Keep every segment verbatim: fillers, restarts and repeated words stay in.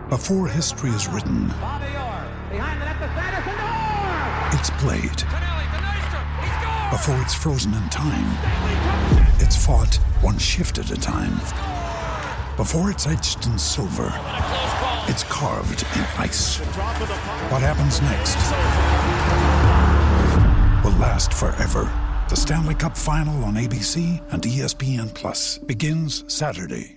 Before history is written, it's played. Before it's frozen in time, it's fought one shift at a time. Before it's etched in silver, it's carved in ice. What happens next will last forever. The Stanley Cup Final on A B C and E S P N Plus begins Saturday.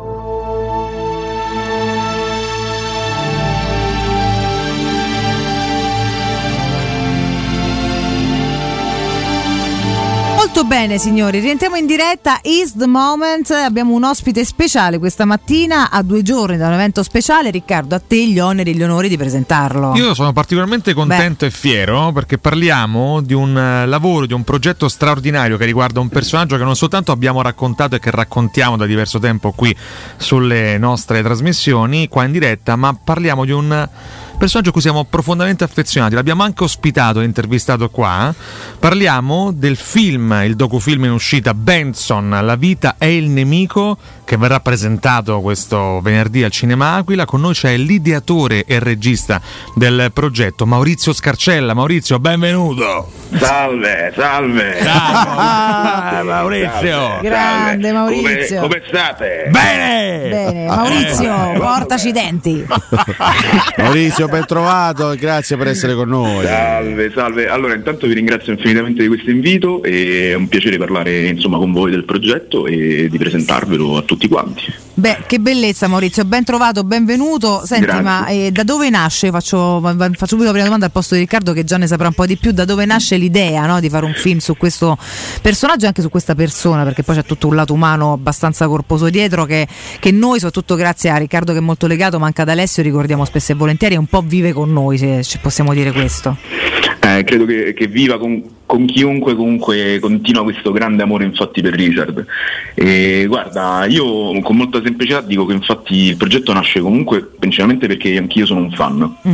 Molto bene signori, rientriamo in diretta. Is the moment. Abbiamo un ospite speciale questa mattina, a due giorni da un evento speciale. Riccardo, a te gli oneri e gli onori di presentarlo. Io sono particolarmente contento Beh. e fiero, perché parliamo di un lavoro, di un progetto straordinario che riguarda un personaggio che non soltanto abbiamo raccontato e che raccontiamo da diverso tempo qui sulle nostre trasmissioni qua in diretta, ma parliamo di un personaggio a cui siamo profondamente affezionati. L'abbiamo anche ospitato e intervistato qua. Parliamo del film, il docufilm in uscita Benson, La vita è il nemico, che verrà presentato questo venerdì al Cinema Aquila. Con noi c'è l'ideatore e regista del progetto, Maurizio Scarcella. Maurizio, benvenuto. Salve, salve. Ciao. Ah, Maurizio. Salve, grande salve. Maurizio. Come, come state? Bene. Bene, Maurizio, portaci i denti. Maurizio, ben trovato, grazie per essere con noi. Salve, salve. Allora, intanto vi ringrazio infinitamente di questo invito, e è un piacere parlare insomma con voi del progetto e di presentarvelo a tutti quanti. Beh, che bellezza Maurizio, ben trovato, benvenuto. Senti, Grazie. ma eh, da dove nasce, faccio, faccio subito la prima domanda al posto di Riccardo che già ne saprà un po' di più, da dove nasce l'idea, no, di fare un film su questo personaggio e anche su questa persona, perché poi c'è tutto un lato umano abbastanza corposo dietro che, che noi, soprattutto grazie a Riccardo che è molto legato, ma anche ad Alessio, ricordiamo spesso e volentieri, e un po' vive con noi, se ci possiamo dire questo. Eh, credo che, che viva con, con chiunque comunque continua questo grande amore infatti per Richard. E guarda, io con molta semplicità dico che infatti il progetto nasce comunque principalmente perché anch'io sono un fan. Mm.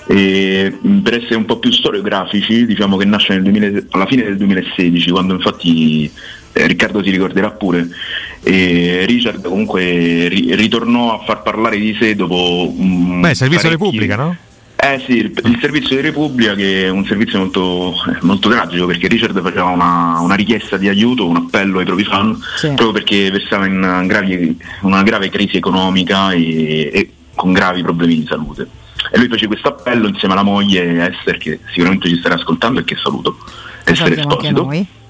E per essere un po' più storiografici, diciamo che nasce nel duemila, alla fine del duemilasedici, quando infatti eh, Riccardo si ricorderà pure, e Richard comunque ri- ritornò a far parlare di sé dopo un Beh, Servizio parecchi... Repubblica, no? Eh sì, il, il servizio di Repubblica, che è un servizio molto, molto tragico, perché Richard faceva una, una richiesta di aiuto, un appello ai propri fan, sì. proprio perché versava in gravi, una grave crisi economica e, e con gravi problemi di salute. E lui fece questo appello insieme alla moglie Esther, che sicuramente ci starà ascoltando e che saluto, Esther Esposito.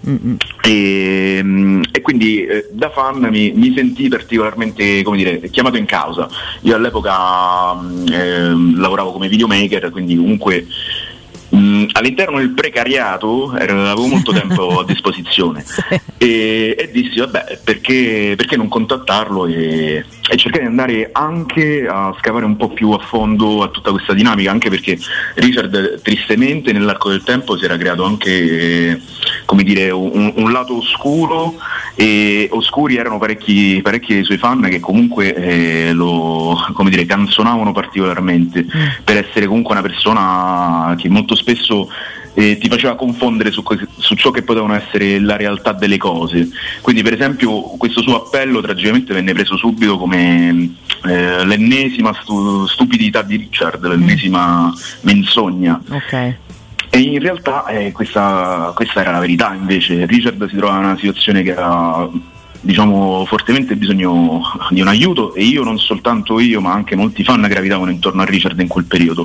E, e quindi eh, da fan mi, mi sentii particolarmente, come dire, chiamato in causa. Io all'epoca eh, lavoravo come videomaker, quindi comunque mh, all'interno del precariato ero, avevo molto tempo a disposizione. Sì. e, e dissi vabbè, perché, perché non contattarlo e, e cercare di andare anche a scavare un po' più a fondo a tutta questa dinamica, anche perché Richard tristemente nell'arco del tempo si era creato anche eh, come dire un, un lato oscuro, e oscuri erano parecchi, parecchi dei suoi fan che comunque eh, lo come dire canzonavano particolarmente mm. per essere comunque una persona che molto spesso eh, ti faceva confondere su, su ciò che potevano essere la realtà delle cose. Quindi per esempio questo suo appello tragicamente venne preso subito come eh, l'ennesima stu- stupidità di Richard, l'ennesima mm. menzogna. Ok. E in realtà eh, questa, questa era la verità. Invece Richard si trova in una situazione che era, diciamo, fortemente bisogno di un aiuto, e io, non soltanto io, ma anche molti fan gravitavano intorno a Richard in quel periodo,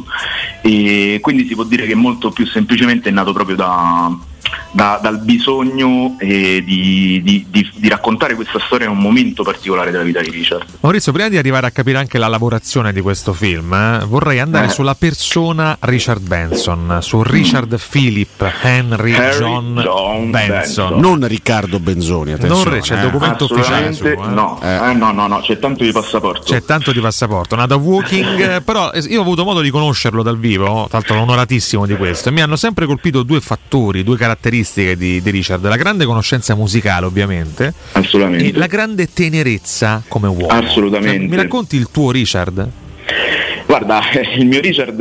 e quindi si può dire che molto più semplicemente è nato proprio da, da, dal bisogno eh, di, di, di, di raccontare questa storia in un momento particolare della vita di Richard. Maurizio, prima di arrivare a capire anche la lavorazione di questo film, eh, vorrei andare eh. sulla persona Richard Benson, su Richard mm. Philip Henry, Harry John, John Benson. Benson. Non Riccardo Benzoni, attenzione. Non c'è il eh. documento ufficiale su, eh. no. Eh. Eh, no, no, no, c'è tanto di passaporto. C'è tanto di passaporto, nato a Woking, però io ho avuto modo di conoscerlo dal vivo, tra l'altro onoratissimo di questo, e mi hanno sempre colpito due fattori, due caratteristiche di, di Richard: la grande conoscenza musicale, ovviamente, assolutamente, e la grande tenerezza come uomo. Assolutamente. Cioè, mi racconti il tuo Richard? Guarda, il mio Richard,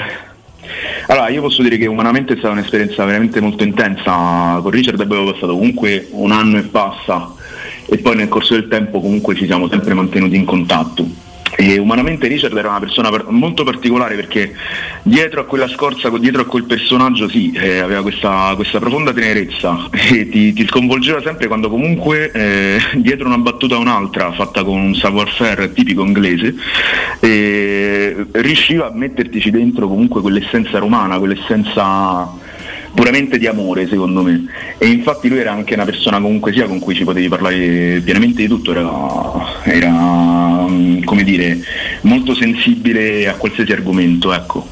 allora io posso dire che umanamente è stata un'esperienza veramente molto intensa. Con Richard abbiamo passato comunque un anno e passa, e poi nel corso del tempo comunque ci siamo sempre mantenuti in contatto. E umanamente Richard era una persona per, molto particolare, perché dietro a quella scorza, dietro a quel personaggio sì, eh, aveva questa, questa profonda tenerezza e ti, ti sconvolgeva sempre quando comunque eh, dietro una battuta a un'altra fatta con un savoir-faire tipico inglese eh, riusciva a mettertici dentro comunque quell'essenza romana, quell'essenza puramente di amore, secondo me. E infatti lui era anche una persona comunque sia con cui ci potevi parlare pienamente di tutto, era, era come dire, molto sensibile a qualsiasi argomento, ecco.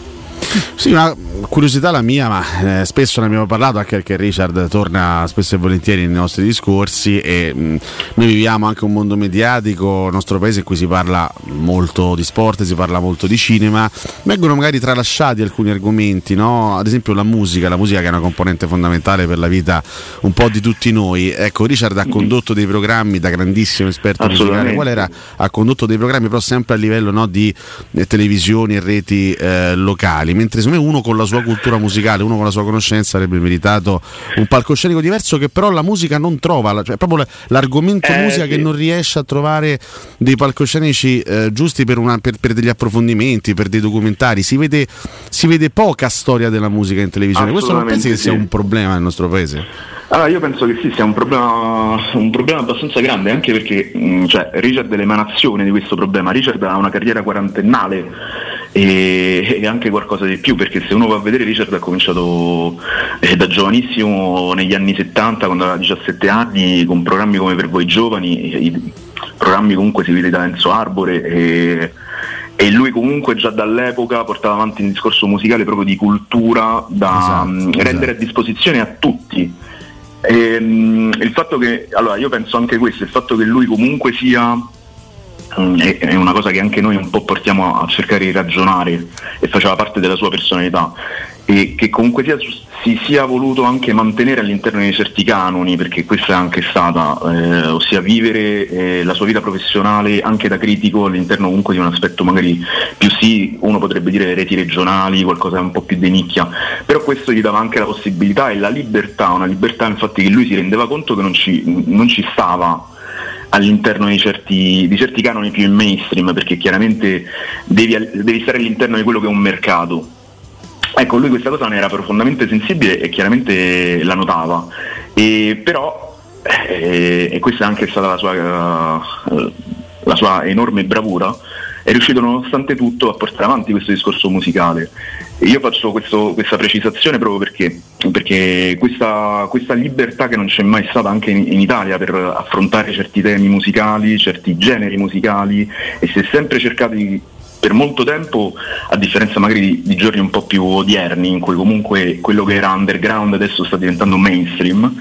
Sì, una curiosità la mia, ma eh, spesso ne abbiamo parlato anche perché Richard torna spesso e volentieri nei nostri discorsi e mh, noi viviamo anche un mondo mediatico, il nostro paese in cui si parla molto di sport, si parla molto di cinema, vengono magari tralasciati alcuni argomenti, no? Ad esempio la musica, la musica che è una componente fondamentale per la vita un po' di tutti noi. Ecco, Richard ha condotto dei programmi da grandissimo esperto musicale, qual era? Ha condotto dei programmi però sempre a livello, no, di eh, televisioni e reti eh, locali, mentre secondo me uno con la sua cultura musicale, uno con la sua conoscenza avrebbe meritato un palcoscenico diverso che però la musica non trova, cioè proprio l'argomento eh, musica sì. che non riesce a trovare dei palcoscenici eh, giusti per, una, per, per degli approfondimenti, per dei documentari. Si vede, si vede poca storia della musica in televisione. Questo non pensi che sia sì. un problema nel nostro paese? Allora, io penso che sì, sia un problema, un problema abbastanza grande, anche perché mh, cioè, Richard è l'emanazione di questo problema. Richard ha una carriera quarantennale e, e anche qualcosa di più, perché se uno va a vedere, Richard ha cominciato eh, da giovanissimo negli anni settanta, quando aveva diciassette anni, con programmi come Per voi giovani, i, i programmi comunque si vede da Enzo Arbore e e lui comunque già dall'epoca portava avanti un discorso musicale proprio di cultura da esatto, mh, rendere esatto. a disposizione a tutti. E, mh, il fatto che, allora io penso anche questo, il fatto che lui comunque sia mh, è, è una cosa che anche noi un po' portiamo a cercare di ragionare e faceva parte della sua personalità, e che comunque sia, si sia voluto anche mantenere all'interno di certi canoni, perché questa è anche stata, eh, ossia vivere eh, la sua vita professionale anche da critico all'interno comunque di un aspetto magari più, sì, uno potrebbe dire reti regionali, qualcosa un po' più di nicchia, però questo gli dava anche la possibilità e la libertà, una libertà infatti che lui si rendeva conto che non ci, non ci stava all'interno di certi, di certi canoni più in mainstream, perché chiaramente devi, devi stare all'interno di quello che è un mercato. Ecco, lui questa cosa ne era profondamente sensibile e chiaramente la notava, e però eh, e questa è anche stata la sua, uh, la sua enorme bravura, è riuscito nonostante tutto a portare avanti questo discorso musicale. E io faccio questo, questa precisazione proprio perché, perché questa, questa libertà che non c'è mai stata anche in, in Italia per affrontare certi temi musicali, certi generi musicali, e si è sempre cercato di, per molto tempo, a differenza magari di, di giorni un po' più odierni in cui comunque quello che era underground adesso sta diventando mainstream,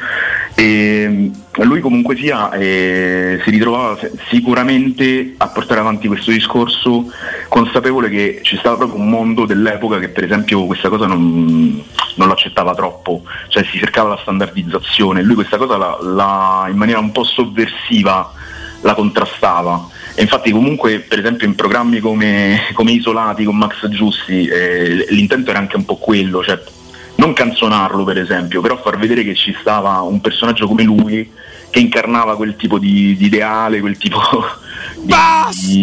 e lui comunque sia eh, si ritrovava sicuramente a portare avanti questo discorso, consapevole che ci stava proprio un mondo dell'epoca che per esempio questa cosa non, non l'accettava troppo, cioè si cercava la standardizzazione, lui questa cosa la, la, in maniera un po' sovversiva la contrastava. E infatti comunque per esempio in programmi come, come Isolati con Max Giussi eh, l'intento era anche un po' quello, cioè non canzonarlo per esempio, però far vedere che ci stava un personaggio come lui che incarnava quel tipo di, di ideale, quel tipo di... Basta! Di...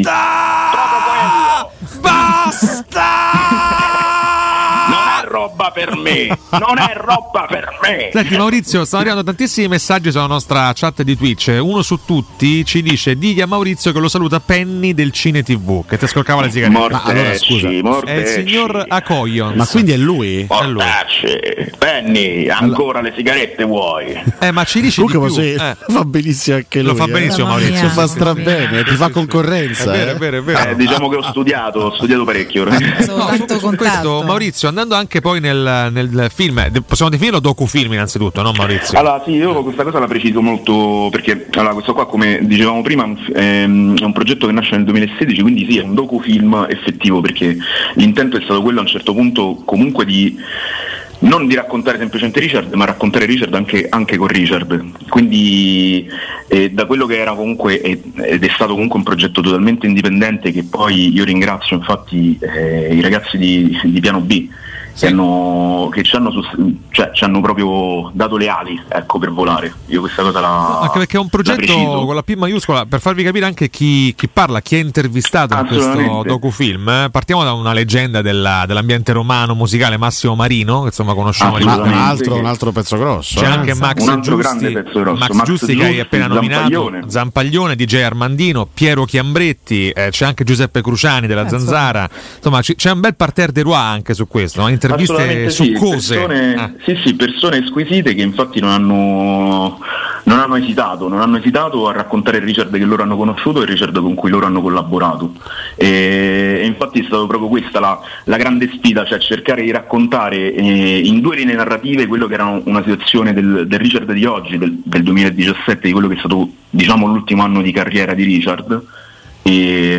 Basta! Non è roba per me, non è roba per me. Senti Maurizio, stanno arrivando tantissimi messaggi sulla nostra chat di Twitch. Uno su tutti ci dice: digli a Maurizio che lo saluta Penny del Cine tivù, che ti scolcava le sigarette. Mortecci, Ma allora scusa, mortecci. È il signor Acoyon. ma quindi è lui? Mortacci, Penny, ancora le sigarette vuoi? Eh, ma ci dici Comunque di più. sì, Eh. fa benissimo anche lui. Lo fa eh. benissimo Mamma Maurizio. mia. Fa Sì, strabene, sì. ti fa concorrenza. È vero, eh. è vero, è vero. Eh, diciamo che ho studiato, ho studiato parecchio. Sono No, tanto su, su questo contatto. Maurizio, andando anche poi nel, nel film, de- possiamo definirlo docufilm innanzitutto, no Maurizio? Allora sì, io questa cosa la preciso molto perché allora, questo qua, come dicevamo prima, è un, è un progetto che nasce nel duemilasedici, quindi sì, è un docufilm effettivo, perché l'intento è stato quello a un certo punto comunque di non di raccontare semplicemente Richard, ma raccontare Richard anche, anche con Richard, quindi eh, da quello che era comunque ed è stato comunque un progetto totalmente indipendente, che poi io ringrazio infatti eh, i ragazzi di, di Piano B che, hanno, che ci, hanno, cioè, ci hanno proprio dato le ali, ecco, per volare. Io questa cosa la no, anche perché è un progetto con la P maiuscola, per farvi capire anche chi, chi parla, chi è intervistato in questo docufilm. Eh? Partiamo da una leggenda della, dell'ambiente romano musicale, Massimo Marino, che insomma conosciamo. Ah, un, altro, un altro pezzo grosso. C'è eh? anche Max un altro Giusti, grande pezzo grosso. Max, Max Giusti, Giusti che hai appena nominato, Zampaglione, Zampaglione D J Armandino, Piero Chiambretti, eh, c'è anche Giuseppe Cruciani della Pezzo. Zanzara. Insomma, c- c'è un bel parterre de roi anche su questo, no? Interviste sì, succose. Persone, ah. sì, sì, persone squisite che infatti non hanno, non hanno esitato, non hanno esitato a raccontare il Richard che loro hanno conosciuto e il Richard con cui loro hanno collaborato. E, e infatti è stata proprio questa la, la grande sfida, cioè cercare di raccontare eh, in due linee narrative quello che era una situazione del, del Richard di oggi, del, del duemiladiciassette, di quello che è stato, diciamo, l'ultimo anno di carriera di Richard. E,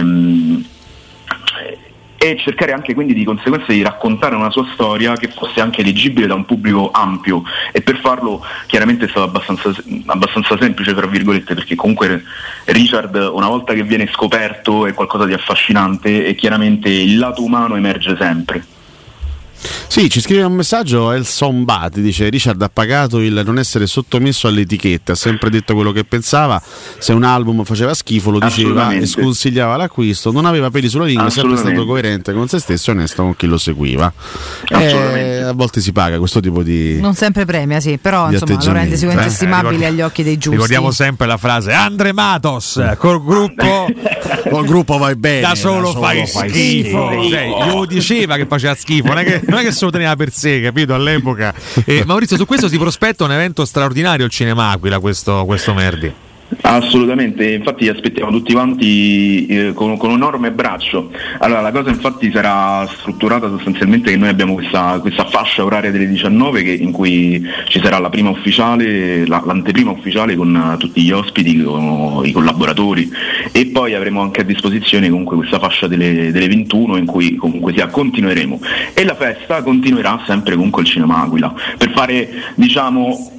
e cercare anche quindi di conseguenza di raccontare una sua storia che fosse anche leggibile da un pubblico ampio, e per farlo chiaramente è stato abbastanza, abbastanza semplice, tra virgolette, perché comunque Richard, una volta che viene scoperto, è qualcosa di affascinante e chiaramente il lato umano emerge sempre. Sì, ci scrive un messaggio Elson Bati, dice: Richard ha pagato il non essere sottomesso alle etichette, ha sempre detto quello che pensava, se un album faceva schifo lo diceva e sconsigliava l'acquisto, non aveva peli sulla lingua, è sempre stato coerente con se stesso e onesto con chi lo seguiva. Eh, a volte si paga questo tipo di non sempre premia, sì, però insomma lo rende sicuramente eh, estimabile ricordi- agli occhi dei giusti. Ricordiamo sempre la frase Andre Matos col gruppo col gruppo vai bene, da solo, da solo fai, fai schifo, schifo. Cioè, glielo diceva che faceva schifo, non è che, non è che se lo teneva per sé, capito, all'epoca. E Maurizio, su questo si prospetta un evento straordinario al Cinema Aquila, questo, questo Merdi. Assolutamente, infatti aspettiamo tutti quanti eh, con, con un enorme braccio. Allora la cosa infatti sarà strutturata sostanzialmente che noi abbiamo questa, questa fascia oraria delle diciannove che, in cui ci sarà la prima ufficiale, la, l'anteprima ufficiale con uh, tutti gli ospiti, con i collaboratori, e poi avremo anche a disposizione comunque questa fascia delle, delle ventuno in cui comunque sia continueremo, e la festa continuerà sempre comunque al Cinema Aquila per fare, diciamo,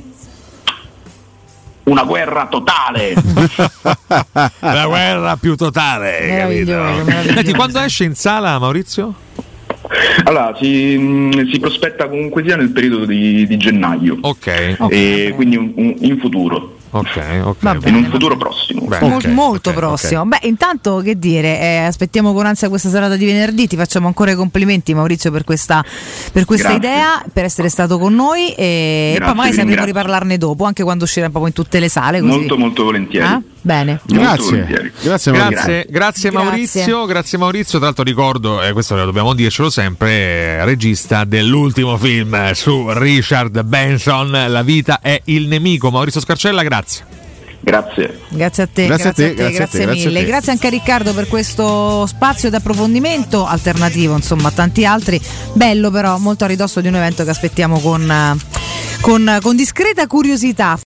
una guerra totale. La guerra più totale, meraviglioso, capito? Senti, quando esce in sala, Maurizio? Allora si, si prospetta comunque sia nel periodo di, di gennaio, ok, okay. E quindi un, un, in futuro. Ok, ok. Vabbè, in un futuro prossimo. Beh, Mol, okay, molto okay, prossimo. okay. Beh, intanto che dire, eh, aspettiamo con ansia questa serata di venerdì. Ti facciamo ancora i complimenti, Maurizio, per questa, per questa idea, per essere stato con noi. E, e poi magari sapremo riparlarne dopo, anche quando uscirà proprio in tutte le sale. Così. Molto, molto volentieri. Ah? Bene. Grazie. Grazie, Maurizio. Grazie, grazie Maurizio, grazie Maurizio. Tra l'altro ricordo, e eh, questo dobbiamo dircelo sempre, eh, regista dell'ultimo film su Richard Benson, La vita è il nemico. Maurizio Scarcella, grazie. Grazie. Grazie a te, grazie, grazie a te, a te, grazie, grazie a te, mille. grazie, grazie anche a Riccardo per questo spazio di approfondimento alternativo, insomma, a tanti altri. Bello però, molto a ridosso di un evento che aspettiamo con, con, con discreta curiosità.